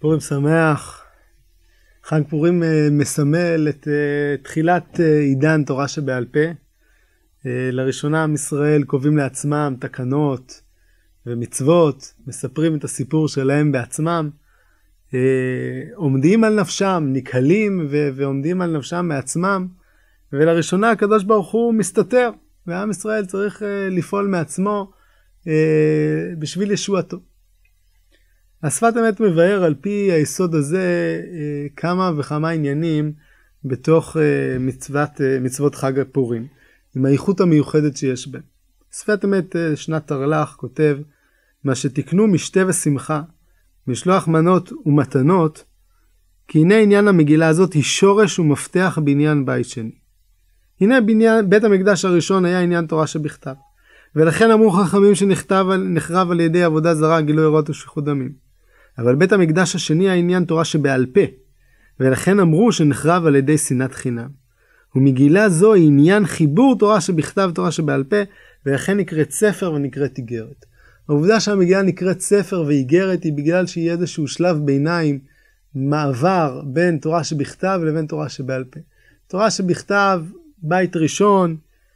פורים שמח. חג פורים מסמל את תחילת עידן תורה שבעל פה. לראשונה עם ישראל קובעים לעצמם תקנות ומצוות, מספרים את הסיפור שלהם בעצמם, עומדים על נפשם, נקהלים ועומדים על נפשם מעצמם, ולראשונה הקדוש ברוך הוא מסתתר, ועם ישראל צריך לפעול מעצמו בשביל ישועתו. השפת אמת מבאר על פי היסוד הזה כמה וכמה עניינים בתוך מצוות חג הפורים, עם האיכות המיוחדת שיש בהם. שפת אמת שנת תרל"ח כותב, מה שתקנו משתה ושמחה, משלוח מנות ומתנות, כי הנה עניין המגילה הזאת היא שורש ומפתח בעניין בית שני. הנה בית המקדש הראשון היה עניין תורה שבכתב, ולכן אמרו חכמים שנחרב על ידי עבודה זרה, גילוי עריות ושפיכות דמים. אבל בית המקדש השני היה עניין תורה שבעל פה, ולכן אמרו שנחרב על ידי שנאת חינם. ומגילה זו היא עניין חיבור תורה שבכתב, תורה שבעל פה, ולכן נקראת ספר ונקראת איגרת. העובדה שהמגילה נקראת ספר ואיגרת היא בגלל שהיא איזשהו שלב ביניים, מעבר בין תורה שבכתב לבין תורה שבעל פה. תורה שבכתב, בית ראשון,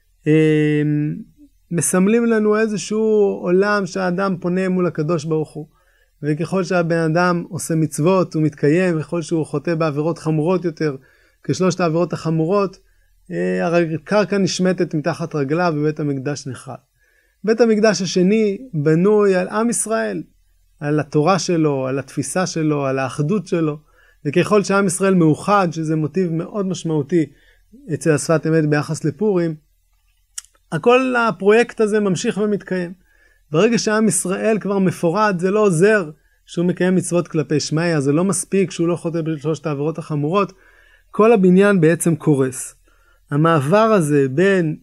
מסמלים לנו איזשהו עולם שהאדם פונה מול הקדוש ברוך הוא. וככל שהבן אדם עושה מצוות הוא מתקיים, וככל שהוא חוטא בעבירות חמורות יותר, כשלושת העבירות החמורות, הקרקע נשמטת מתחת רגליו ובית המקדש נחרב. בית המקדש השני בנוי על עם ישראל, על התורה שלו, על התפיסה שלו, על האחדות שלו, וככל שעם ישראל מאוחד, שזה מוטיב מאוד משמעותי אצל השפת אמת ביחס לפורים, הכל הפרויקט הזה ממשיך ומתקיים. ברגע שעם ישראל כבר מפורד, זה לא עוזר שהוא מקיים מצוות כלפי שמיה, זה לא מספיק שהוא לא חוטא בשלושת העבירות החמורות, כל הבניין בעצם קורס. המעבר הזה בין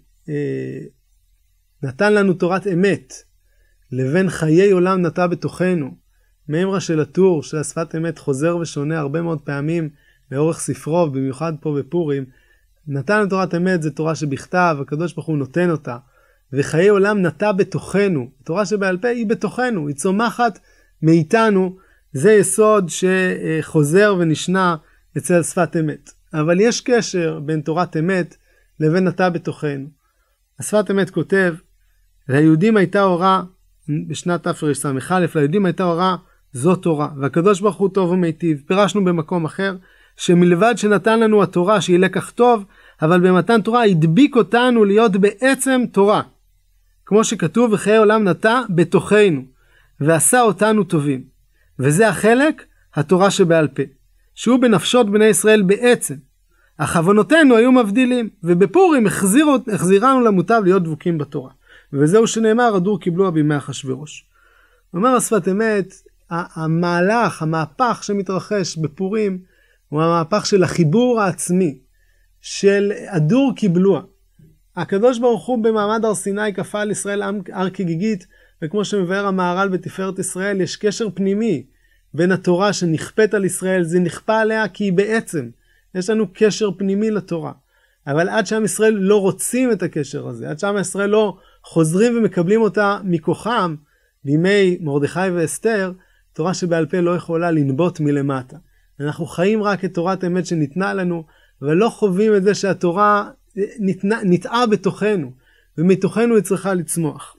נתן לנו תורת אמת, לבין חיי עולם נטע בתוכנו, מאמרה של הטור של השפת אמת חוזר ושונה הרבה מאוד פעמים לאורך ספרו, במיוחד פה בפורים, נתן לנו תורת אמת זה תורה שבכתב, הקדוש ברוך הוא נותן אותה, וחיי עולם נטע בתוכנו, תורה שבעל פה היא בתוכנו, היא צומחת מאיתנו, זה יסוד שחוזר ונשנה אצל שפת אמת. אבל יש קשר בין תורת אמת לבין נטע בתוכנו. השפת אמת כותב, ליהודים הייתה אורה, בשנת תרס"א, ליהודים הייתה אורה, זו תורה, והקדוש ברוך הוא טוב ומיטיב. פירשנו במקום אחר, שמלבד שנתן לנו התורה שהיא לקח טוב, אבל במתן תורה הדביק אותנו להיות בעצם תורה. כמו שכתוב, וחיי עולם נטע בתוכנו, ועשה אותנו טובים. וזה החלק, התורה שבעל פה, שהוא בנפשות בני ישראל בעצם. אך עוונותינו היו מבדילים, ובפורים החזירנו למוטב להיות דבוקים בתורה. וזהו שנאמר, הדור קיבלוה בימי אחשוורוש. אומר השפת אמת, המהלך, המהפך שמתרחש בפורים, הוא המהפך של החיבור העצמי, של הדור קיבלוה. הקדוש ברוך הוא במעמד הר סיני כפה על ישראל הר כגיגית, וכמו שמבאר המהר"ל בתפארת ישראל, יש קשר פנימי בין התורה שנכפית על ישראל, זה נכפה עליה כי היא בעצם, יש לנו קשר פנימי לתורה. אבל עד שעם ישראל לא רוצים את הקשר הזה, עד שעם ישראל לא חוזרים ומקבלים אותה מכוחם, בימי מרדכי ואסתר, תורה שבעל פה לא יכולה לנבוט מלמטה. אנחנו חיים רק את תורת האמת שניתנה לנו, ולא חווים את זה שהתורה נטעה בתוכנו, ומתוכנו היא צריכה לצמוח.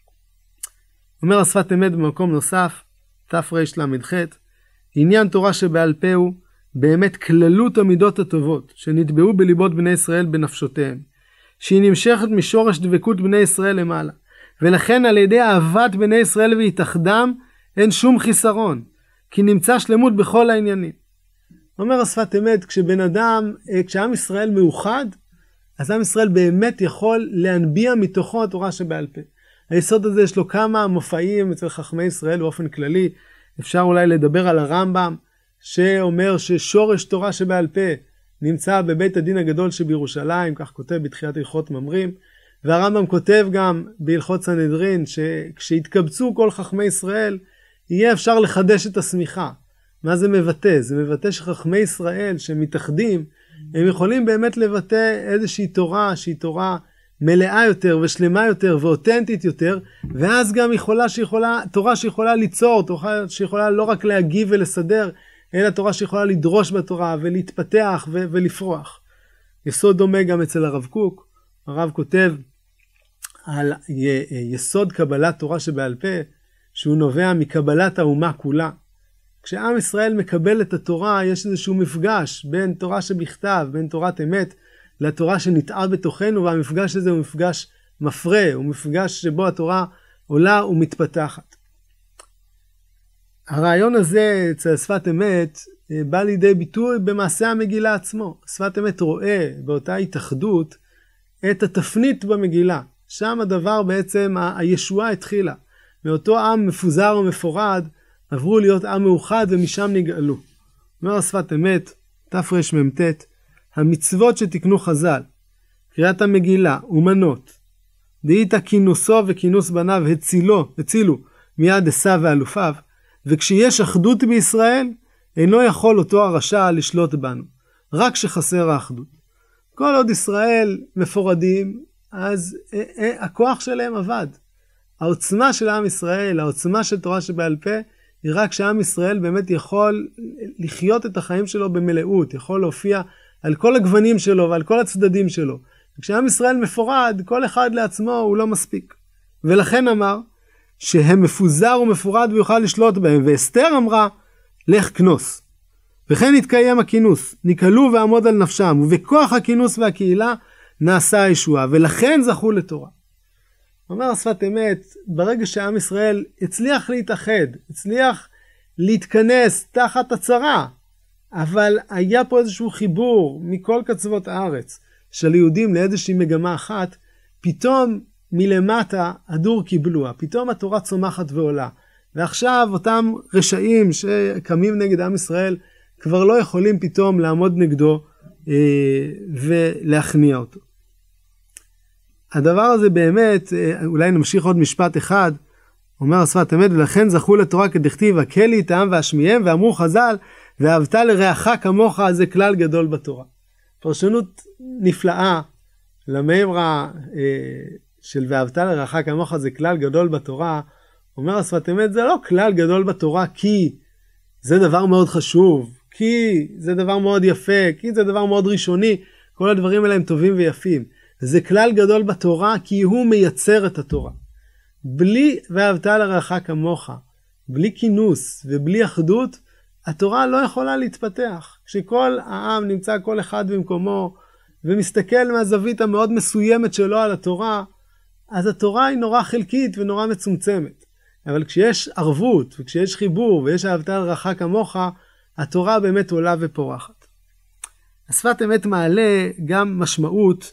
אומר השפת אמת במקום נוסף, תרל"ח, עניין תורה שבעל פה הוא באמת כללות המידות הטובות, שנטבעו בליבות בני ישראל בנפשותיהם, שהיא נמשכת משורש דבקות בני ישראל למעלה, ולכן על ידי אהבת בני ישראל והתאחדם, אין שום חיסרון, כי נמצא שלמות בכל העניינים. אומר השפת אמת, כשעם ישראל מאוחד, אז עם ישראל באמת יכול להנביע מתוכו התורה שבעל פה. היסוד הזה יש לו כמה מופעים אצל חכמי ישראל באופן כללי. אפשר אולי לדבר על הרמב"ם, שאומר ששורש תורה שבעל פה נמצא בבית הדין הגדול שבירושלים, כך כותב בתחילת הלכות ממרים. והרמב"ם כותב גם בהלכות סנהדרין, שכשיתקבצו כל חכמי ישראל, יהיה אפשר לחדש את הסמיכה. מה זה מבטא? זה מבטא שחכמי ישראל שמתאחדים, הם יכולים באמת לבטא איזושהי תורה שהיא תורה מלאה יותר ושלמה יותר ואותנטית יותר, ואז גם תורה שיכולה ליצור, תורה שיכולה לא רק להגיב ולסדר, אלא תורה שיכולה לדרוש בתורה ולהתפתח ולפרוח. יסוד דומה גם אצל הרב קוק. הרב כותב על יסוד קבלת תורה שבעל פה, שהוא נובע מקבלת האומה כולה. כשעם ישראל מקבל את התורה, יש איזשהו מפגש בין תורה שבכתב, בין תורת אמת, לתורה שנטעה בתוכנו, והמפגש הזה הוא מפגש מפרה, הוא מפגש שבו התורה עולה ומתפתחת. הרעיון הזה אצל שפת אמת בא לידי ביטוי במעשה המגילה עצמו. שפת אמת רואה באותה התאחדות את התפנית במגילה. שם הדבר בעצם, הישועה התחילה. מאותו עם מפוזר ומפורד, עברו להיות עם מאוחד ומשם נגאלו. אומר שפת אמת, תרמ"ט, המצוות שתקנו חז"ל, קריאת המגילה ומנות, דהית כינוסו וכינוס בניו הצילו מיד עשיו ואלופיו, וכשיש אחדות בישראל, אינו יכול אותו הרשע לשלוט בנו, רק שחסר האחדות. כל עוד ישראל מפורדים, אז הכוח שלהם עבד. העוצמה של עם ישראל, העוצמה של תורה שבעל פה, היא רק שעם ישראל באמת יכול לחיות את החיים שלו במלאות, יכול להופיע על כל הגוונים שלו ועל כל הצדדים שלו. כשעם ישראל מפורד, כל אחד לעצמו הוא לא מספיק. ולכן אמר שהם מפוזר ומפורד ויוכל לשלוט בהם. ואסתר אמרה, לך כנוס. וכן התקיים הכינוס, נקהלו ועמוד על נפשם, ובכוח הכינוס והקהילה נעשה הישועה, ולכן זכו לתורה. אומר שפת אמת, ברגע שעם ישראל הצליח להתאחד, הצליח להתכנס תחת הצרה, אבל היה פה איזשהו חיבור מכל קצוות הארץ של יהודים לאיזושהי מגמה אחת, פתאום מלמטה הדור קיבלוה, פתאום התורה צומחת ועולה. ועכשיו אותם רשעים שקמים נגד עם ישראל כבר לא יכולים פתאום לעמוד נגדו ולהכניע אותו. הדבר הזה באמת, אולי נמשיך עוד משפט אחד, אומר שפת אמת, ולכן זכו לתורה כדכתיב, הקל לי את העם והשמיעם, ואמרו חז"ל, ואהבת לרעך כמוך, זה כלל גדול בתורה. פרשנות נפלאה למימרה של ואהבת לרעך כמוך, זה כלל גדול בתורה. אומר שפת אמת, זה לא כלל גדול בתורה כי זה דבר מאוד חשוב, כי זה דבר מאוד יפה, כי זה דבר מאוד ראשוני, כל הדברים האלה הם טובים ויפים. זה כלל גדול בתורה כי הוא מייצר את התורה. בלי ואהבת לרעך כמוך, בלי כינוס ובלי אחדות, התורה לא יכולה להתפתח. כשכל העם נמצא כל אחד במקומו ומסתכל מהזווית המאוד מסוימת שלו על התורה, אז התורה היא נורא חלקית ונורא מצומצמת. אבל כשיש ערבות וכשיש חיבור ויש אהבת לרעך כמוך, התורה באמת עולה ופורחת. השפת אמת מעלה גם משמעות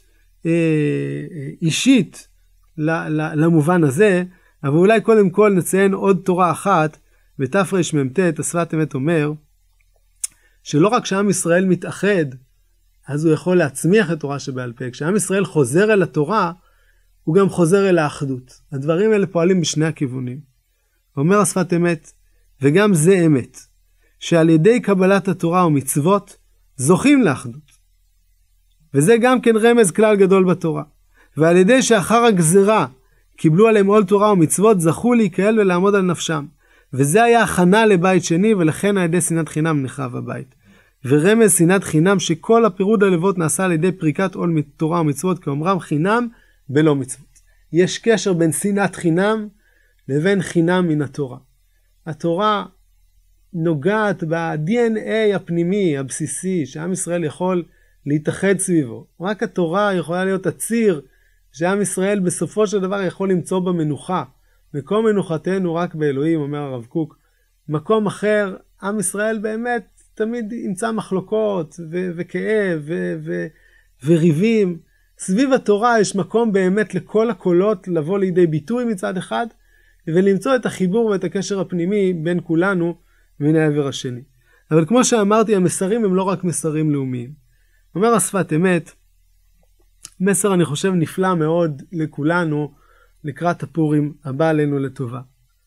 אישית למובן הזה, אבל אולי קודם כל נציין עוד תורה אחת. בתרמ"ט השפת אמת אומר שלא רק שעם ישראל מתאחד אז הוא יכול להצמיח את תורה שבעל פה, כשעם ישראל חוזר אל התורה הוא גם חוזר אל האחדות. הדברים האלה פועלים בשני הכיוונים. אומר השפת אמת, וגם זה אמת, שעל ידי קבלת התורה ומצוות זוכים לאחדות, וזה גם כן רמז כלל גדול בתורה. ועל ידי שאחר הגזרה קיבלו עליהם עול תורה ומצוות, זכו להיקהל ולעמוד על נפשם. וזה היה הכנה לבית שני, ולכן על ידי שנאת חינם נחרב הבית. ורמז שנאת חינם שכל הפירוד הלבבות נעשה על ידי פריקת עול תורה ומצוות, כאומרם חינם בלא מצוות. יש קשר בין שנאת חינם לבין חינם מן התורה. התורה נוגעת ב-DNA הפנימי, הבסיסי, שעם ישראל יכול להתאחד סביבו. רק התורה יכולה להיות הציר שעם ישראל בסופו של דבר יכול למצוא במנוחה. מקום מנוחתנו רק באלוהים, אומר הרב קוק. מקום אחר, עם ישראל באמת תמיד ימצא מחלוקות וכאב וריבים. סביב התורה יש מקום באמת לכל הקולות לבוא לידי ביטוי מצד אחד, ולמצוא את החיבור ואת הקשר הפנימי בין כולנו מן העבר השני. אבל כמו שאמרתי, המסרים הם לא רק מסרים לאומיים. אומר השפת אמת, מסר אני חושב נפלא מאוד לכולנו לקראת הפורים הבא עלינו לטובה.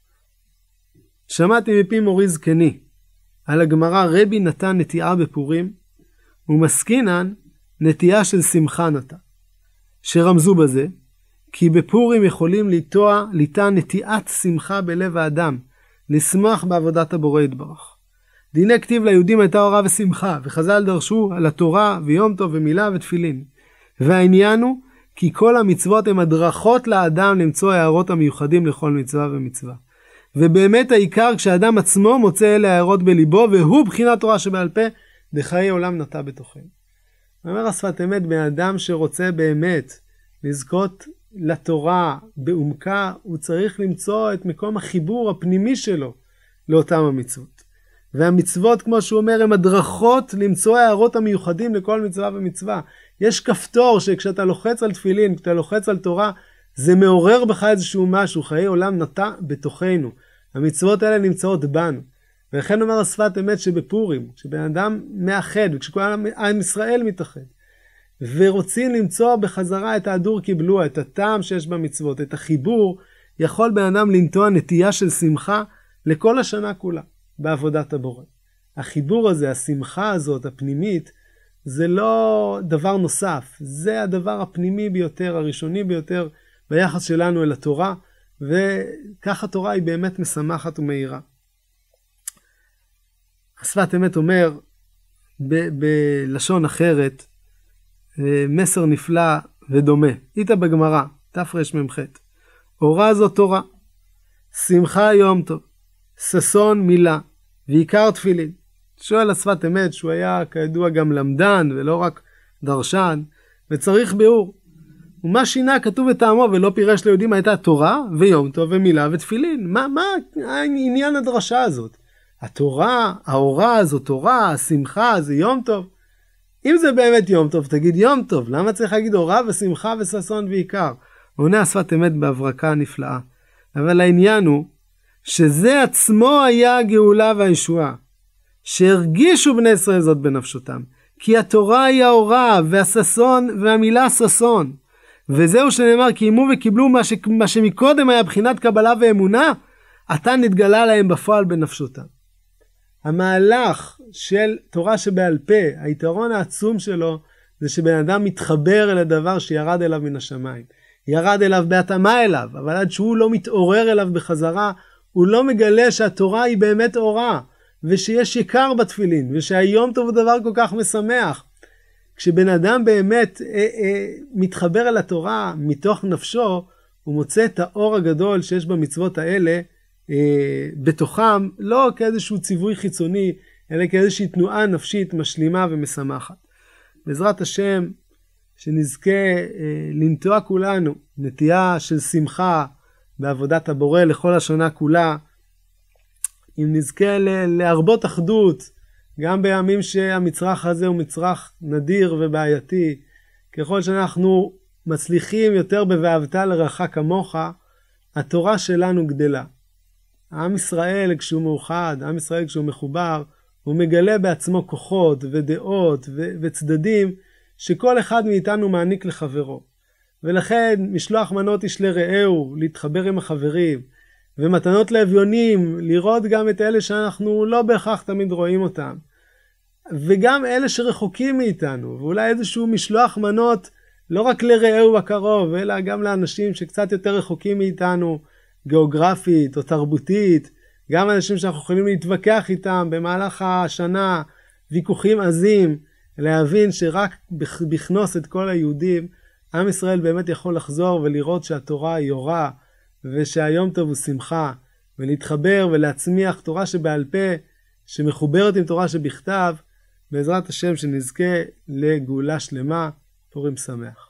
שמעתי מפי מורי זקני על הגמרא, רבי נתן נטיעה בפורים ומסקינן נטיעה של שמחה נתן, שרמזו בזה כי בפורים יכולים ליטע נטיעת שמחה בלב האדם, לשמח בעבודת הבורא יתברך. דיני כתיב ליהודים הייתה אורה ושמחה, וחז"ל דרשו על התורה ויום טוב ומילה ותפילין. והעניין הוא כי כל המצוות הן הדרכות לאדם למצוא הערות המיוחדים לכל מצווה ומצווה. ובאמת העיקר כשאדם עצמו מוצא אלה הערות בליבו, והוא בחינת תורה שבעל פה, דחיי עולם נטע בתוכנו. אומר השפת אמת, בן אדם שרוצה באמת לזכות לתורה בעומקה, הוא צריך למצוא את מקום החיבור הפנימי שלו לאותם המצוות. והמצוות, כמו שהוא אומר, הן הדרכות למצוא הערות המיוחדים לכל מצווה ומצווה. יש כפתור שכשאתה לוחץ על תפילין, כשאתה לוחץ על תורה, זה מעורר בך איזשהו משהו, חיי עולם נטע בתוכנו. המצוות האלה נמצאות בנו. ולכן אומר השפת אמת שבפורים, כשבן אדם מאחד, וכשכל עם ישראל מתאחד, ורוצים למצוא בחזרה את ההדור קיבלו, את הטעם שיש במצוות, את החיבור, יכול בן אדם לנטוע נטייה של שמחה לכל השנה כולה, בעבודת הבורא. החיבור הזה, השמחה הזאת, הפנימית, זה לא דבר נוסף, זה הדבר הפנימי ביותר, הראשוני ביותר, ביחס שלנו אל התורה, וכך התורה היא באמת משמחת ומאירה. השפת אמת אומר, בלשון אחרת, מסר נפלא ודומה. איתה בגמרא, תרמ"ח. אורה זו תורה, שמחה יום טוב, ששון מילה, ועיקר תפילין. שואל השפת אמת, שהוא היה כידוע גם למדן ולא רק דרשן, וצריך ביאור. ומה שינה כתוב בטעמו ולא פירש ליהודים הייתה תורה ויום טוב ומילה ותפילין. מה העניין הדרשה הזאת? התורה, האורה זו תורה, השמחה זה יום טוב. אם זה באמת יום טוב, תגיד יום טוב. למה צריך להגיד אורה ושמחה וששון ועיקר? עונה השפת אמת בהברקה נפלאה. אבל העניין הוא שזה עצמו היה הגאולה והישועה. שהרגישו בני ישראל זאת בנפשותם. כי התורה היא האורה והששון והמילה ששון. וזהו שנאמר כי אימו וקיבלו מה שמקודם היה בחינת קבלה ואמונה, עתה נתגלה להם בפועל בנפשותם. המהלך של תורה שבעל פה, היתרון העצום שלו, זה שבן אדם מתחבר אל הדבר שירד אליו מן השמיים. ירד אליו בהתאמה אליו, אבל עד שהוא לא מתעורר אליו בחזרה, הוא לא מגלה שהתורה היא באמת אורה, ושיש יקר בתפילין, ושהיום טוב הוא דבר כל כך משמח. כשבן אדם באמת מתחבר אל התורה מתוך נפשו, הוא מוצא את האור הגדול שיש במצוות האלה, בתוכם, לא כאיזשהו ציווי חיצוני, אלא כאיזושהי תנועה נפשית משלימה ומשמחת. בעזרת השם, שנזכה לנטוע כולנו נטייה של שמחה בעבודת הבורא לכל השנה כולה, אם נזכה להרבות אחדות, גם בימים שהמצרך הזה הוא מצרך נדיר ובעייתי, ככל שאנחנו מצליחים יותר ב"ואהבת לרעך כמוך", התורה שלנו גדלה. עם ישראל כשהוא מאוחד, עם ישראל כשהוא מחובר, הוא מגלה בעצמו כוחות ודעות וצדדים שכל אחד מאיתנו מעניק לחברו. ולכן משלוח מנות איש לרעהו, להתחבר עם החברים, ומתנות לאביונים, לראות גם את אלה שאנחנו לא בהכרח תמיד רואים אותם. וגם אלה שרחוקים מאיתנו, ואולי איזשהו משלוח מנות לא רק לרעהו הקרוב, אלא גם לאנשים שקצת יותר רחוקים מאיתנו, גיאוגרפית או תרבותית, גם אנשים שאנחנו יכולים להתווכח איתם במהלך השנה, ויכוחים עזים, להבין שרק בכנוס את כל היהודים, עם ישראל באמת יכול לחזור ולראות שהתורה היא אורה, ושהיום טוב הוא שמחה, ולהתחבר ולהצמיח תורה שבעל פה, שמחוברת עם תורה שבכתב, בעזרת השם שנזכה לגאולה שלמה. פורים שמח.